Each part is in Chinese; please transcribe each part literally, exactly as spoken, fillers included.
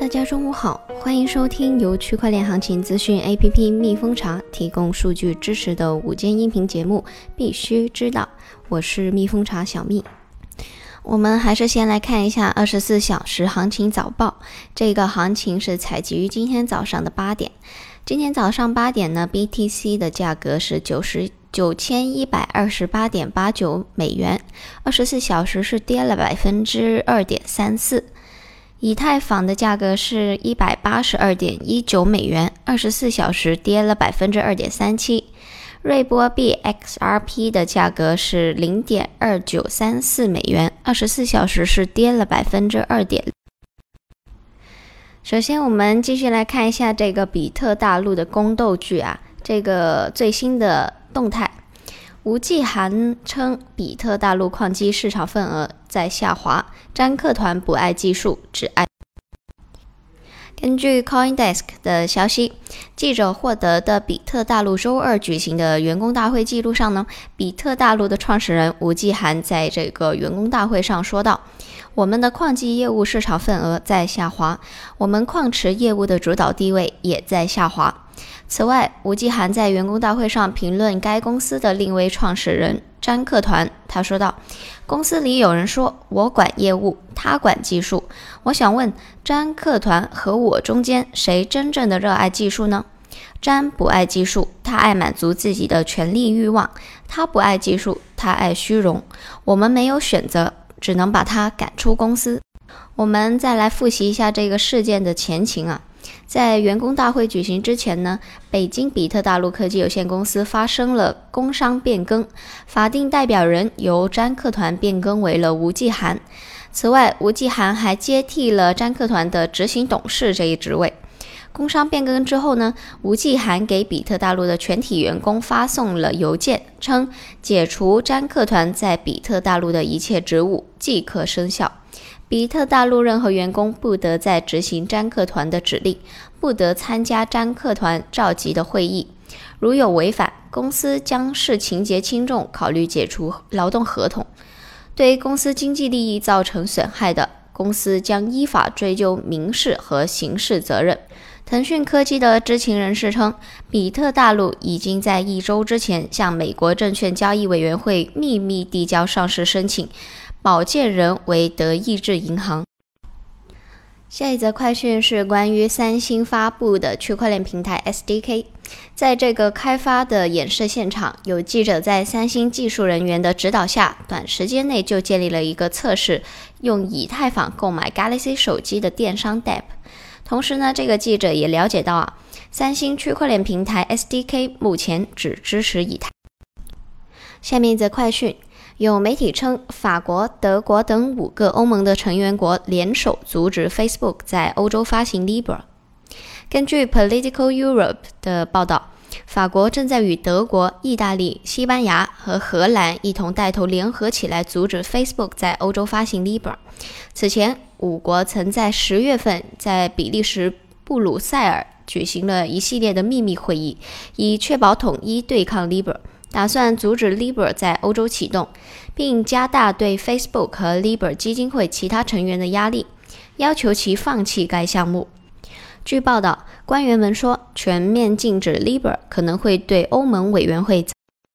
大家中午好，欢迎收听由区块链行情资讯 A P P 蜜蜂茶提供数据支持的午间音频节目，必须知道，我是蜜蜂茶小蜜。我们还是先来看一下二十四小时行情早报，这个行情是采集于今天早上的八点。今天早上八点呢 B T C 的价格是九千一百二十八点八九美元，二十四小时是跌了 百分之二点三四。以太坊的价格是一百八十二点一九美元，二十四小时跌了 百分之二点三七。瑞波币 X R P 的价格是 零点二九三四美元，二十四小时是跌了 百分之二点六。首先我们继续来看一下这个比特大陆的宫斗剧啊，这个最新的动态。吴继涵称比特大陆矿机市场份额在下滑，詹克团不爱技术，只爱。根据 CoinDesk 的消息，记者获得的比特大陆周二举行的员工大会记录上呢，比特大陆的创始人吴继涵在这个员工大会上说道，我们的矿机业务市场份额在下滑，我们矿池业务的主导地位也在下滑。此外，吴继涵在员工大会上评论该公司的另一位创始人詹克团，他说道，公司里有人说我管业务，他管技术，我想问詹克团和我中间谁真正的热爱技术呢？詹不爱技术，他爱满足自己的权力欲望，他不爱技术，他爱虚荣，我们没有选择，只能把他赶出公司。我们再来复习一下这个事件的前情啊。在员工大会举行之前呢，北京比特大陆科技有限公司发生了工商变更，法定代表人由詹克团变更为了吴继涵。此外，吴继涵还接替了詹克团的执行董事这一职位。工商变更之后呢，吴继涵给比特大陆的全体员工发送了邮件，称解除詹克团在比特大陆的一切职务，即刻生效。比特大陆任何员工不得再执行詹克团的指令，不得参加詹克团召集的会议。如有违反，公司将视情节轻重考虑解除劳动合同。对公司经济利益造成损害的，公司将依法追究民事和刑事责任。腾讯科技的知情人士称，比特大陆已经在一周之前向美国证券交易委员会秘密递交上市申请，保荐人为德意志银行。下一则快讯是关于三星发布的区块链平台 S D K。 在这个开发的演示现场，有记者在三星技术人员的指导下，短时间内就建立了一个测试用以太坊购买 Galaxy 手机的电商 D A P。 同时呢，这个记者也了解到啊，三星区块链平台 S D K 目前只支持以太。下面一则快讯，有媒体称，法国、德国等五个欧盟的成员国联手阻止 Facebook 在欧洲发行 Libra。 根据 Political Europe 的报道，法国正在与德国、意大利、西班牙和荷兰一同带头联合起来阻止 Facebook 在欧洲发行 Libra。 此前，五国曾在十月份在比利时布鲁塞尔举行了一系列的秘密会议，以确保统一对抗 Libra，打算阻止 Libra 在欧洲启动，并加大对 Facebook 和 Libra 基金会其他成员的压力，要求其放弃该项目。据报道，官员们说，全面禁止 Libra 可能会对欧盟委员会。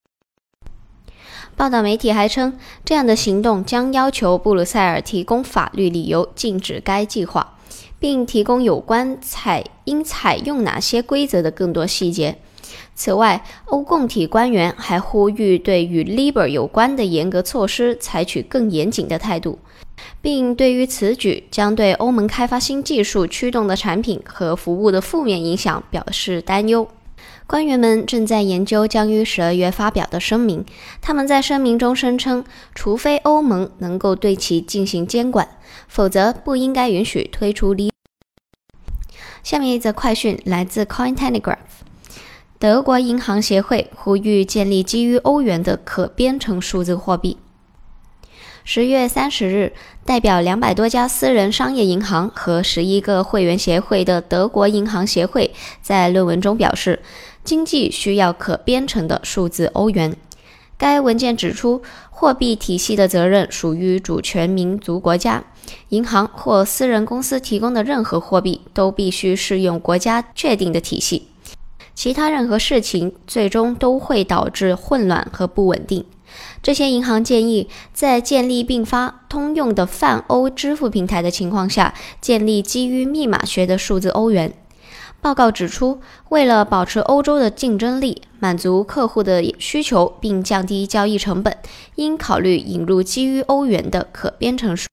报道媒体还称，这样的行动将要求布鲁塞尔提供法律理由禁止该计划，并提供有关采应采用哪些规则的更多细节。此外，欧共体官员还呼吁对与 Libra 有关的严格措施采取更严谨的态度，并对于此举将对欧盟开发新技术驱动的产品和服务的负面影响表示担忧。官员们正在研究将于十二月发表的声明，他们在声明中声称，除非欧盟能够对其进行监管，否则不应该允许推出 Libra。 下面一则快讯来自 Cointelegraph。德国银行协会呼吁建立基于欧元的可编程数字货币。十月三十日，代表两百多家私人商业银行和十一个会员协会的德国银行协会在论文中表示，经济需要可编程的数字欧元。 该文件指出，货币体系的责任属于主权民族国家，银行或私人公司提供的任何货币都必须适用国家确定的体系，其他任何事情最终都会导致混乱和不稳定。这些银行建议在建立并发通用的泛欧支付平台的情况下，建立基于密码学的数字欧元。报告指出，为了保持欧洲的竞争力，满足客户的需求并降低交易成本，应考虑引入基于欧元的可编程数。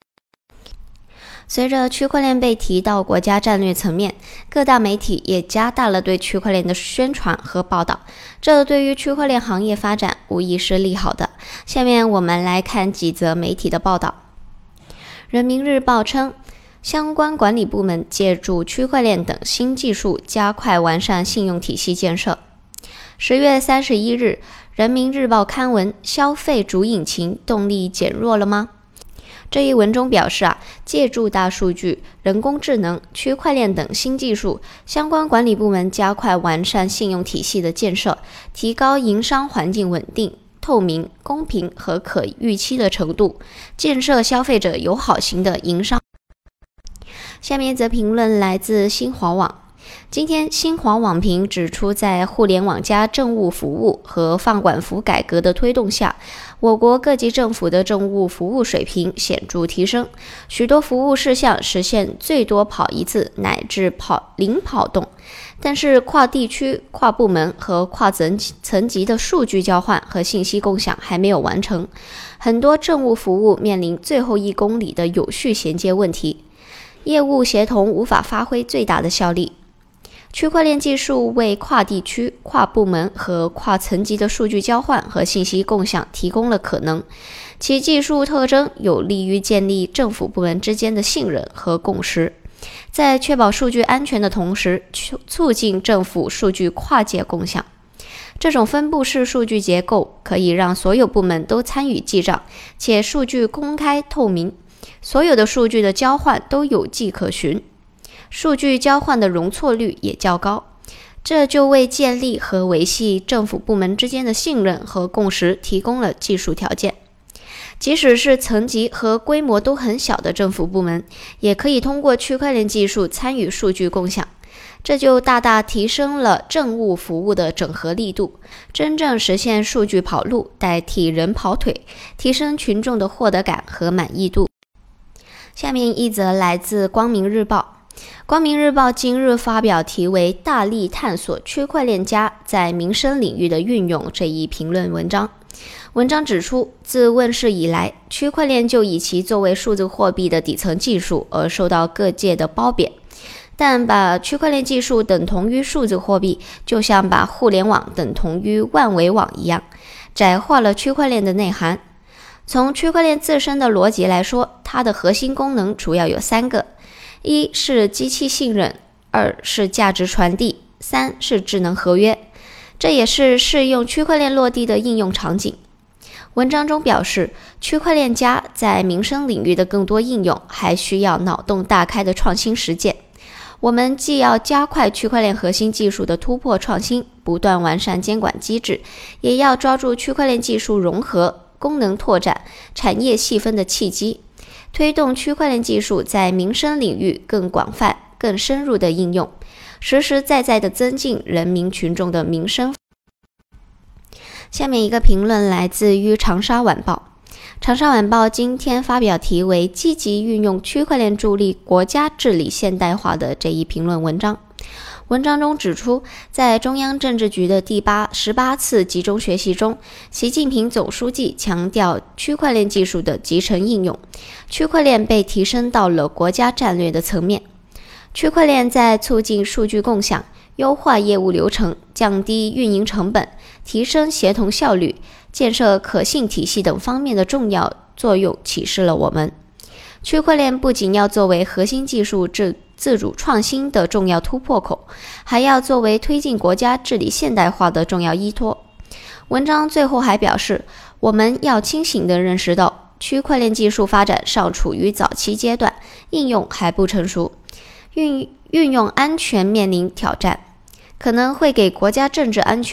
随着区块链被提到国家战略层面，各大媒体也加大了对区块链的宣传和报道，这对于区块链行业发展无疑是利好的。下面我们来看几则媒体的报道。人民日报称，相关管理部门借助区块链等新技术加快完善信用体系建设。十月三十一日，人民日报刊文，消费主引擎动力减弱了吗？这一文中表示啊，借助大数据、人工智能、区块链等新技术，相关管理部门加快完善信用体系的建设，提高营商环境稳定、透明、公平和可预期的程度，建设消费者友好型的营商。下面一则评论来自新华网。今天，新华网评指出，在互联网加政务服务和放管服改革的推动下，我国各级政府的政务服务水平显著提升，许多服务事项实现最多跑一次乃至跑零跑动。但是，跨地区、跨部门和跨层层级的数据交换和信息共享还没有完成，很多政务服务面临最后一公里的有序衔接问题，业务协同无法发挥最大的效力。区块链技术为跨地区、跨部门和跨层级的数据交换和信息共享提供了可能，其技术特征有利于建立政府部门之间的信任和共识，在确保数据安全的同时，促进政府数据跨界共享。这种分布式数据结构可以让所有部门都参与记账，且数据公开透明，所有的数据的交换都有迹可循。数据交换的容错率也较高，这就为建立和维系政府部门之间的信任和共识提供了技术条件。即使是层级和规模都很小的政府部门，也可以通过区块链技术参与数据共享，这就大大提升了政务服务的整合力度，真正实现数据跑路代替人跑腿，提升群众的获得感和满意度。下面一则来自光明日报。光明日报今日发表题为《大力探索区块链加在民生领域的运用》这一评论文章。文章指出，自问世以来，区块链就以其作为数字货币的底层技术而受到各界的褒贬，但把区块链技术等同于数字货币，就像把互联网等同于万维网一样，窄化了区块链的内涵。从区块链自身的逻辑来说，它的核心功能主要有三个：一是机器信任，二是价值传递，三是智能合约。这也是适用区块链落地的应用场景。文章中表示，区块链加在民生领域的更多应用还需要脑洞大开的创新实践。我们既要加快区块链核心技术的突破创新，不断完善监管机制，也要抓住区块链技术融合、功能拓展、产业细分的契机，推动区块链技术在民生领域更广泛、更深入的应用，实实在在地增进人民群众的民生。下面一个评论来自于长沙晚报。长沙晚报今天发表题为《积极运用区块链助力国家治理现代化》的这一评论文章。文章中指出，在中央政治局的第八十八次集中学习中，习近平总书记强调区块链技术的集成应用，区块链被提升到了国家战略的层面。区块链在促进数据共享、优化业务流程、降低运营成本、提升协同效率、建设可信体系等方面的重要作用启示了我们。区块链不仅要作为核心技术自自主创新的重要突破口，还要作为推进国家治理现代化的重要依托。文章最后还表示，我们要清醒地认识到，区块链技术发展尚处于早期阶段，应用还不成熟，运运用安全面临挑战，可能会给国家政治安全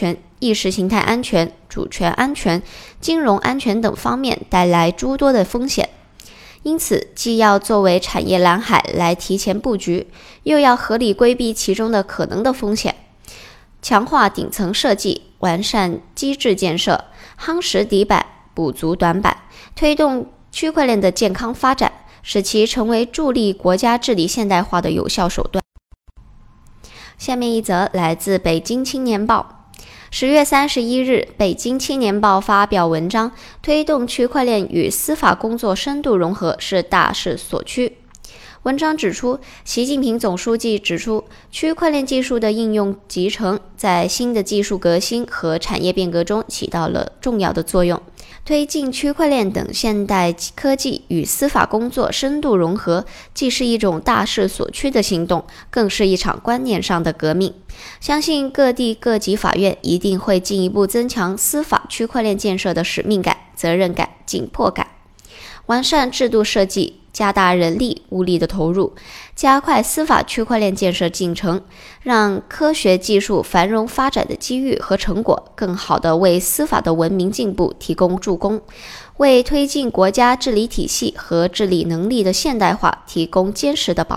意识形态安全、主权安全、金融安全等方面带来诸多的风险。因此，既要作为产业蓝海来提前布局，又要合理规避其中的可能的风险，强化顶层设计，完善机制建设，夯实底板，补足短板，推动区块链的健康发展，使其成为助力国家治理现代化的有效手段。下面一则来自北京青年报。十月三十一日，北京青年报发表文章，推动区块链与司法工作深度融合是大势所趋。文章指出，习近平总书记指出，区块链技术的应用集成在新的技术革新和产业变革中起到了重要的作用。推进区块链等现代科技与司法工作深度融合，既是一种大势所趋的行动，更是一场观念上的革命。相信各地各级法院一定会进一步增强司法区块链建设的使命感、责任感、紧迫感，完善制度设计，加大人力物力的投入，加快司法区块链建设进程，让科学技术繁荣发展的机遇和成果更好地为司法的文明进步提供助攻，为推进国家治理体系和治理能力的现代化提供坚实的保障。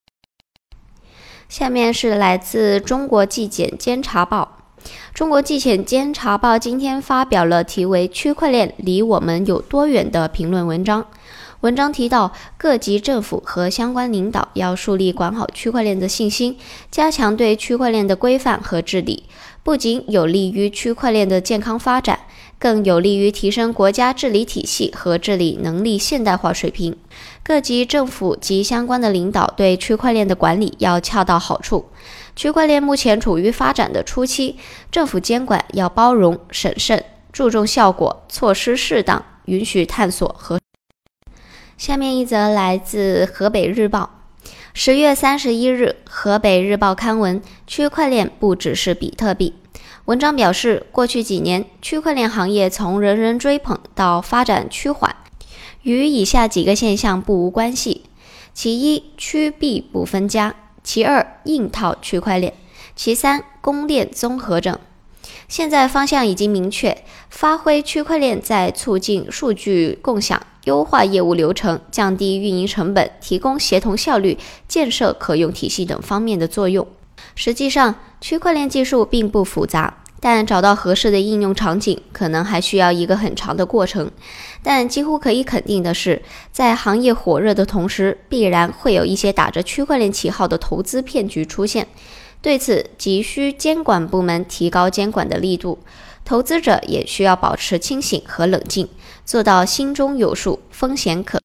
下面是来自中国纪检监察报。中国纪检监察报今天发表了题为《区块链离我们有多远》的评论文章。文章提到，各级政府和相关领导要树立管好区块链的信心，加强对区块链的规范和治理，不仅有利于区块链的健康发展，更有利于提升国家治理体系和治理能力现代化水平。各级政府及相关的领导对区块链的管理要恰到好处。区块链目前处于发展的初期，政府监管要包容、审慎，注重效果，措施适当，允许探索和。下面一则来自河北日报。十月三十一日，河北日报刊文，区块链不只是比特币。文章表示，过去几年，区块链行业从人人追捧到发展趋缓，与以下几个现象不无关系。其一，区币不分家；其二，硬套区块链；其三，公链综合症。现在方向已经明确，发挥区块链在促进数据共享、优化业务流程、降低运营成本、提供协同效率、建设可用体系等方面的作用。实际上，区块链技术并不复杂，但找到合适的应用场景可能还需要一个很长的过程。但几乎可以肯定的是，在行业火热的同时，必然会有一些打着区块链旗号的投资骗局出现。对此，急需监管部门提高监管的力度，投资者也需要保持清醒和冷静，做到心中有数，风险可。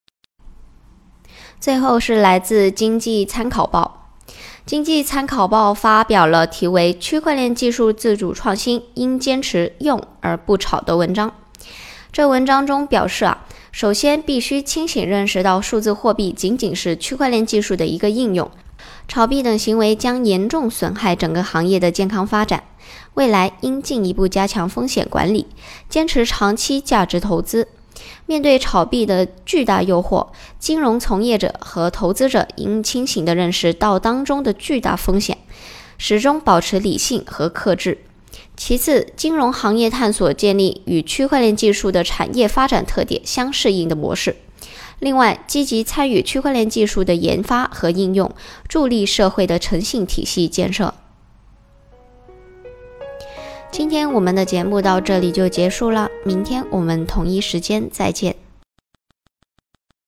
最后是来自经济参考报。经济参考报发表了题为《区块链技术自主创新应坚持用而不炒》的文章。这文章中表示啊，首先必须清醒认识到数字货币仅仅是区块链技术的一个应用，炒币等行为将严重损害整个行业的健康发展。未来应进一步加强风险管理，坚持长期价值投资。面对炒币的巨大诱惑，金融从业者和投资者应清醒地认识到当中的巨大风险，始终保持理性和克制。其次，金融行业探索建立与区块链技术的产业发展特点相适应的模式。另外，积极参与区块链技术的研发和应用，助力社会的诚信体系建设。今天我们的节目到这里就结束了，明天我们同一时间再见。